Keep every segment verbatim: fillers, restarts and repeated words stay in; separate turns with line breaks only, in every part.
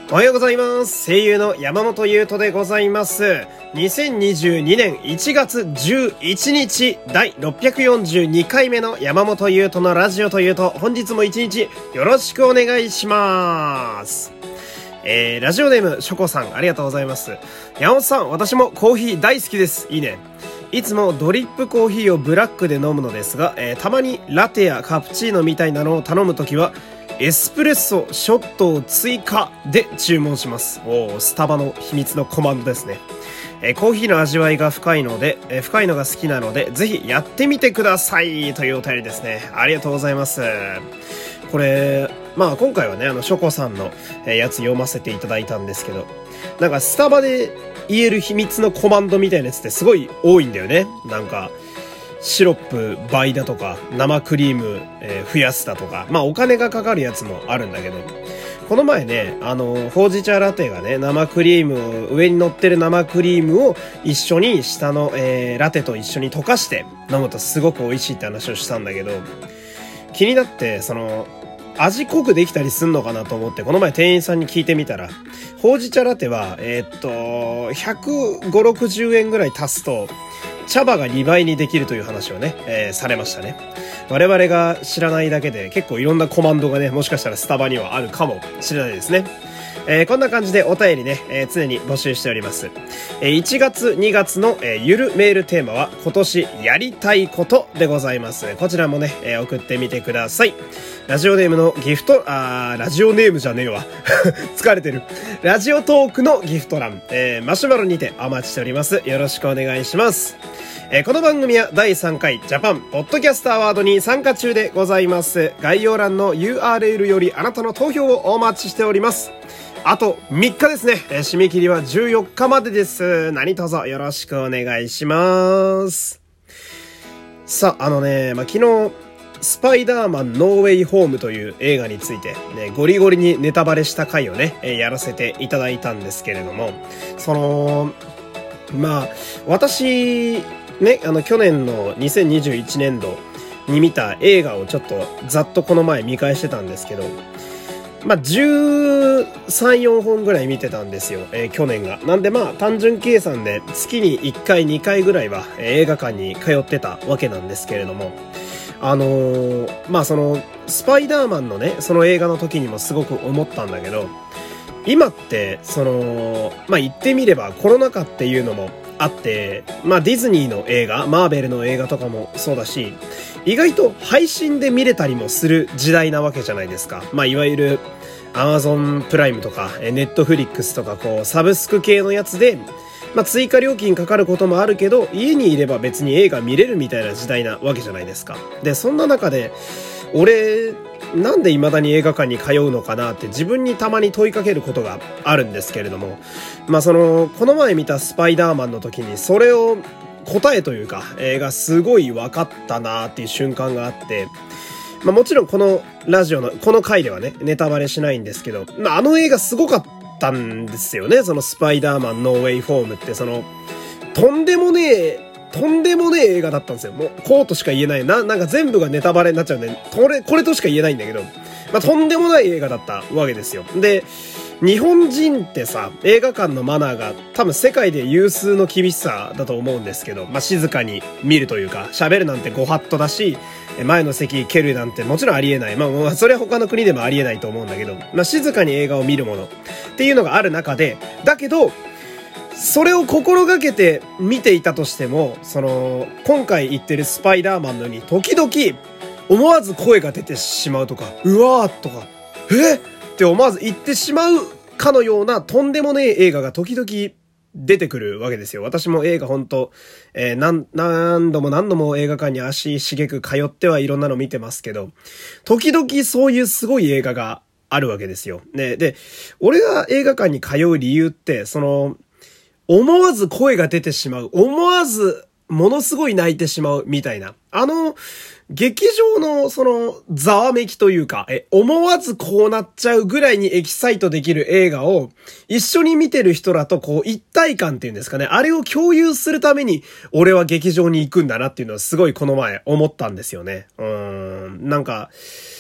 おはようございます。声優の山本優斗でございます。にせんにじゅうにねんいちがつじゅういちにちだいろっぴゃくよんじゅうにかいめの山本優斗のラジオというと、本日も一日よろしくお願いします。えー、ラジオネームショコさん、ありがとうございます。山本さん、私もコーヒー大好きです。いいね。いつもドリップコーヒーをブラックで飲むのですが、えー、たまにラテやカプチーノみたいなのを頼むときはエスプレッソショットを追加で注文します。おー、スタバの秘密のコマンドですね。えー、コーヒーの味わいが深いので、えー、深いのが好きなので、ぜひやってみてくださいというお便りですね。ありがとうございます。これ、まあ今回はね、あの、ショコさんのやつ読ませていただいたんですけど、なんかスタバで言える秘密のコマンドみたいなやつってすごい多いんだよね。なんか、シロップ倍だとか、生クリーム、えー、増やすだとか、まあお金がかかるやつもあるんだけど、この前ね、あの、ほうじ茶ラテがね、生クリームを、上に乗ってる生クリームを一緒に下の、えー、ラテと一緒に溶かして飲むとすごく美味しいって話をしたんだけど、気になって、その、味濃くできたりすんのかなと思って、この前店員さんに聞いてみたら、ほうじ茶ラテは、えー、っと、ひゃくごじゅう、ろくじゅうえんぐらい足すと、茶葉がにばいにできるという話をね、えー、されましたね。我々が知らないだけで結構いろんなコマンドがね、もしかしたらスタバにはあるかもしれないですね。えー、こんな感じでお便りね、えー、常に募集しております。えー、いちがつにがつの、えー、ゆるメールテーマは今年やりたいことでございます。こちらもね、えー、送ってみてください。ラジオネームのギフト、あー、ラジオネームじゃねえわ。疲れてる。ラジオトークのギフト欄、えー、マシュマロにてお待ちしております。よろしくお願いします。えー、この番組はだいさんかいジャパンポッドキャストアワードに参加中でございます。概要欄の ユーアールエル よりあなたの投票をお待ちしております。あとみっかですね。えー、締め切りはじゅうよっかまでです。何卒よろしくお願いします。さあ、あのね、まあ、昨日、スパイダーマンノーウェイホームという映画について、ね、ゴリゴリにネタバレした回をね、えー、やらせていただいたんですけれども、その、まあ、私、ね、あの、去年のにせんにじゅういちねんどに見た映画をちょっとざっとこの前見返してたんですけど、まあ、じゅうさん、よんほんぐらい見てたんですよ、えー、去年が。なんでまあ、単純計算で月にいっかい、にかいぐらいは、えー、映画館に通ってたわけなんですけれども、あのー、まあその、スパイダーマンのね、その映画の時にもすごく思ったんだけど、今って、その、まあ言ってみればコロナ禍っていうのもあって、まあディズニーの映画、マーベルの映画とかもそうだし、意外と配信で見れたりもする時代なわけじゃないですか。まあいわゆる Amazon プライムとか Netflix とかこうサブスク系のやつで、まあ追加料金かかることもあるけど、家にいれば別に映画見れるみたいな時代なわけじゃないですか。で、そんな中で、俺、なんで未だに映画館に通うのかなって自分にたまに問いかけることがあるんですけれども、まあその、この前見たスパイダーマンの時にそれを答えというか、映画すごい分かったなっていう瞬間があって、まあもちろんこのラジオの、この回ではね、ネタバレしないんですけど、まああの映画すごかったんですよね、そのスパイダーマンノーウェイホームって、その、とんでもねえ、とんでもねえ映画だったんですよ。もう、こうとしか言えない。な、なんか全部がネタバレになっちゃうんで、これ、これとしか言えないんだけど、まあ、とんでもない映画だったわけですよ。で、日本人ってさ、映画館のマナーが多分世界で有数の厳しさだと思うんですけど、まあ、静かに見るというか、喋るなんてご法度だし、前の席蹴るなんてもちろんありえない。まあ、まあ、それは他の国でもありえないと思うんだけど、まあ、静かに映画を見るものっていうのがある中で、だけど、それを心がけて見ていたとしても、その、今回言ってるスパイダーマンのように、時々、思わず声が出てしまうとか、うわーとか、えって思わず言ってしまうかのような、とんでもねえ映画が時々出てくるわけですよ。私も映画ほんと、えー、何、何度も何度も映画館に足しげく通ってはいろんなの見てますけど、時々そういうすごい映画があるわけですよ。ね、で、俺が映画館に通う理由って、その、思わず声が出てしまう。思わず、ものすごい泣いてしまうみたいな。あの、劇場のその、ざわめきというか、え、思わずこうなっちゃうぐらいにエキサイトできる映画を、一緒に見てる人らとこう、一体感っていうんですかね。あれを共有するために、俺は劇場に行くんだなっていうのはすごいこの前思ったんですよね。うーん、なんか、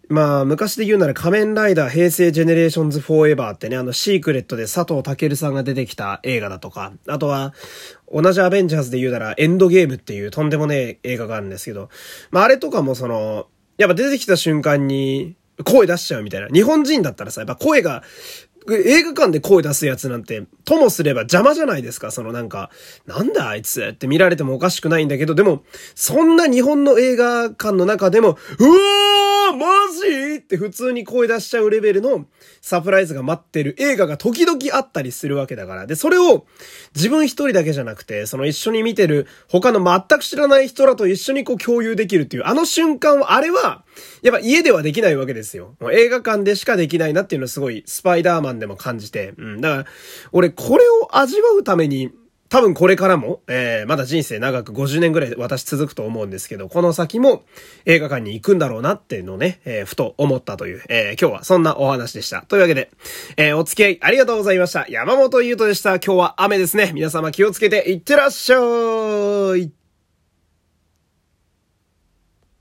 まあ、昔で言うなら仮面ライダー平成ジェネレーションズフォーエバーってね、あのシークレットで佐藤健さんが出てきた映画だとか、あとは、同じアベンジャーズで言うならエンドゲームっていうとんでもねえ映画があるんですけど、まああれとかもその、やっぱ出てきた瞬間に声出しちゃうみたいな。日本人だったらさ、やっぱ声が、映画館で声出すやつなんて、ともすれば邪魔じゃないですか。そのなんか、なんだあいつって見られてもおかしくないんだけど、でも、そんな日本の映画館の中でも、うわーマジって普通に声出しちゃうレベルのサプライズが待ってる映画が時々あったりするわけだから。で、それを自分一人だけじゃなくて、その一緒に見てる他の全く知らない人らと一緒にこう共有できるっていう、あの瞬間は、あれは、やっぱ家ではできないわけですよ。もう映画館でしかできないなっていうのをすごいスパイダーマンでも感じて。うん。だから、俺これを味わうために、多分これからも、えー、まだ人生長くごじゅうねんぐらい私続くと思うんですけど、この先も映画館に行くんだろうなっていうのをね、えー、ふと思ったという、えー、今日はそんなお話でした。というわけで、えー、お付き合いありがとうございました。山本優斗でした。今日は雨ですね。皆様気をつけていってらっしゃい。